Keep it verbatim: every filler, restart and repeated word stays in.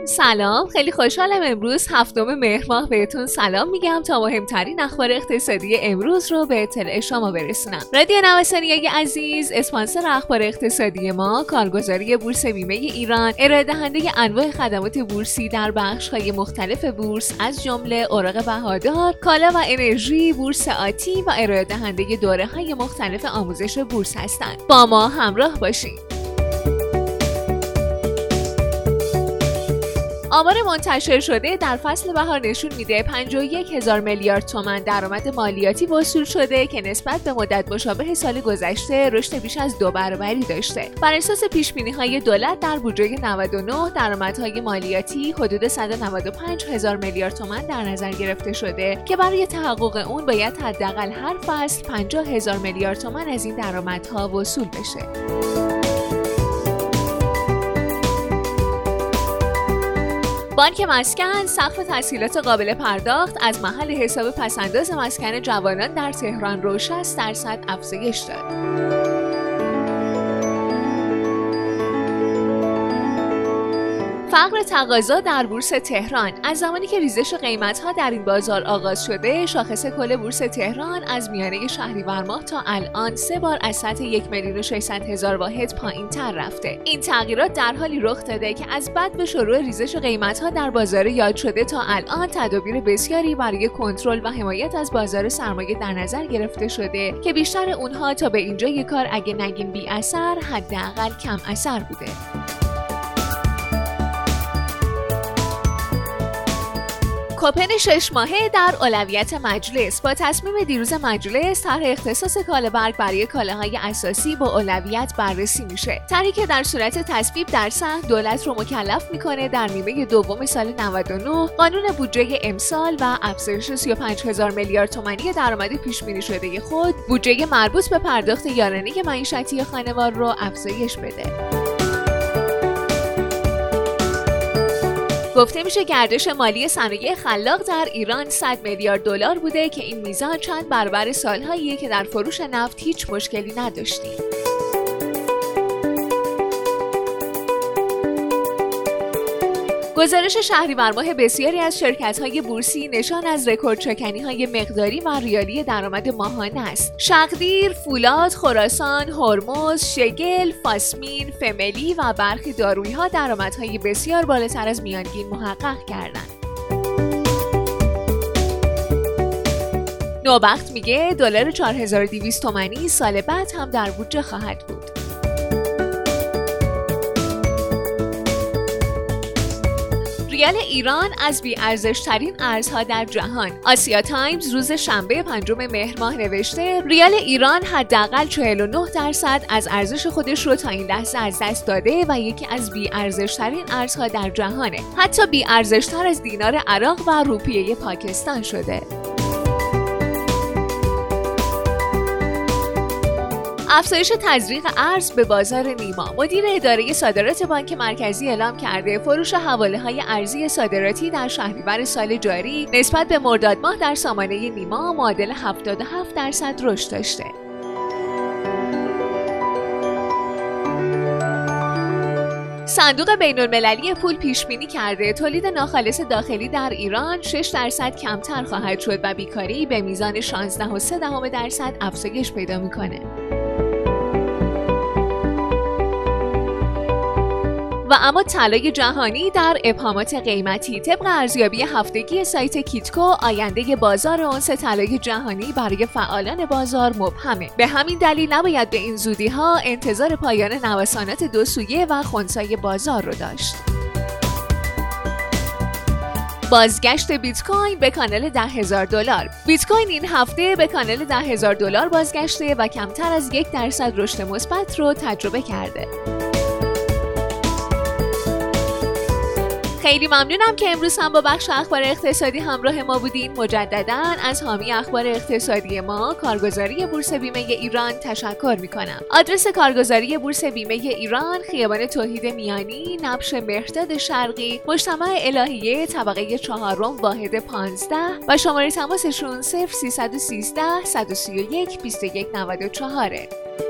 سلام، خیلی خوشحالم امروز هفتم مهر ماه بهتون سلام میگم تا مهمترین اخبار اقتصادی امروز رو به اطلاع شما برسونم. رادیو نوسانیای عزیز، اسپانسر اخبار اقتصادی ما، کارگزاری بورس بیمه ایران، ارائه دهنده انواع خدمات بورسی در بخش‌های مختلف بورس از جمله اوراق بهادار، کالا و انرژی، بورس آتی و ارائه دهنده دوره‌های مختلف آموزش بورس هستند. با ما همراه باشید. آمار منتشر شده در فصل بهار نشون میده پنجاه و یک هزار میلیارد تومان درآمد مالیاتی وصول شده که نسبت به مدت مشابه سال گذشته رشد بیش از دو برابری داشته. بر اساس پیش‌بینی‌های دولت در بودجه نود و نه درآمدهای مالیاتی حدود صد و نود و پنج هزار میلیارد تومان در نظر گرفته شده که برای تحقق اون باید حداقل هر فصل پنجاه هزار میلیارد تومان از این درآمدها وصول بشه. بانک مسکن سقف تسهیلات قابل پرداخت از محل حساب پس‌انداز مسکن جوانان در تهران رو شصت درصد افزایش داد. فقر تقاضا در بورس تهران از زمانی که ریزش قیمت‌ها در این بازار آغاز شده، شاخص کل بورس تهران از میانه شهریور ماه تا الان سه بار از سطح یک میلیون و ششصد هزار واحد پایین‌تر رفته. این تغییرات در حالی رخ داده که از بعد به شروع ریزش قیمت‌ها در بازار یاد شده تا الان تدابیر بسیاری برای کنترل و حمایت از بازار سرمایه در نظر گرفته شده که بیشتر اونها تا به اینجای کار اگه نگیم بی اثر، حداقل کم اثر بوده. کوپن شش ماهه در اولویت مجلس. با تصمیم دیروز مجلس، طرح اختصاص کالابرگ برای کالاهای اساسی با اولویت بررسی میشه. طرحی که در صورت تصویب در سهم دولت رو مکلف میکنه در نیمه دوم سال نود و نه قانون بودجه امسال و افزایش سی و پنج هزار میلیارد تومانی درآمد پیش بینی شده خود بودجه مربوط به پرداخت یارانه معیشتی خانوار رو افزایش بده. گفته میشه گردش مالی صنایع خلاق در ایران صد میلیارد دلار بوده که این میزان چند برابر سالهاییه که در فروش نفت هیچ مشکلی نداشتیم. گزارش شهریور ماه بسیاری از شرکت‌های بورسی نشان از رکورد شکنی‌های مقداری و ریالی درآمد ماهانه است. شقدیر، فولاد، خراسان، هرمز، شگل، فاسمین، فملی و برخی دارویی‌ها درآمدهای بسیار بالاتر از میانگین محقق کردند. نوبخت میگه دلار چهار هزار و دویست تومانی سال بعد هم در بودجه خواهد بود. ریال ایران از بی‌ارزش‌ترین ارزها در جهان. آسیا تایمز روز شنبه پنجم مهر ماه نوشته ریال ایران حداقل چهل و نه درصد از ارزش خودش رو تا این لحظه از دست داده و یکی از بی‌ارزش‌ترین ارزها در جهانه. حتی بی‌ارزش‌تر از دینار عراق و روپیه پاکستان شده. افزایش تزریق ارز به بازار نیما. مدیر اداره صادرات بانک مرکزی اعلام کرده فروش حواله‌های ارزی صادراتی در شهریور سال جاری نسبت به مرداد ماه در سامانه نیما معادل هفتاد و هفت درصد رشد داشته. صندوق بین‌المللی پول پیش‌بینی کرده تولید ناخالص داخلی در ایران شش درصد کمتر خواهد شد و بیکاری به میزان شانزده و سه دهم درصد افزایش پیدا می‌کنه. و اما طلای جهانی در ابهامات قیمتی. طبق ارزیابی هفتگی سایت کیتکو، آینده بازار اونس طلای جهانی برای فعالان بازار مبهمه. به همین دلیل نباید به این زودی‌ها انتظار پایان نوسانات دو سویه و خنثی بازار رو داشت. بازگشت بیت کوین به کانال ده هزار دلار. بیت کوین این هفته به کانال ده هزار دلار بازگشته و کمتر از یک درصد رشد مثبت رو تجربه کرده. خیلی ممنونم که امروز هم با بخش اخبار اقتصادی همراه ما بودین. مجدداً از حامی اخبار اقتصادی ما، کارگزاری بورس بیمه ایران تشکر میکنم. آدرس کارگزاری بورس بیمه ایران، خیابان توحید میانی، نبش مهرداد شرقی، مجتمع الهیه، طبقه چهارم، واحد پانزده و شماره تماسشون صفر سیصد و سیزده صد و سی و یک بیست و یک نود و چهار.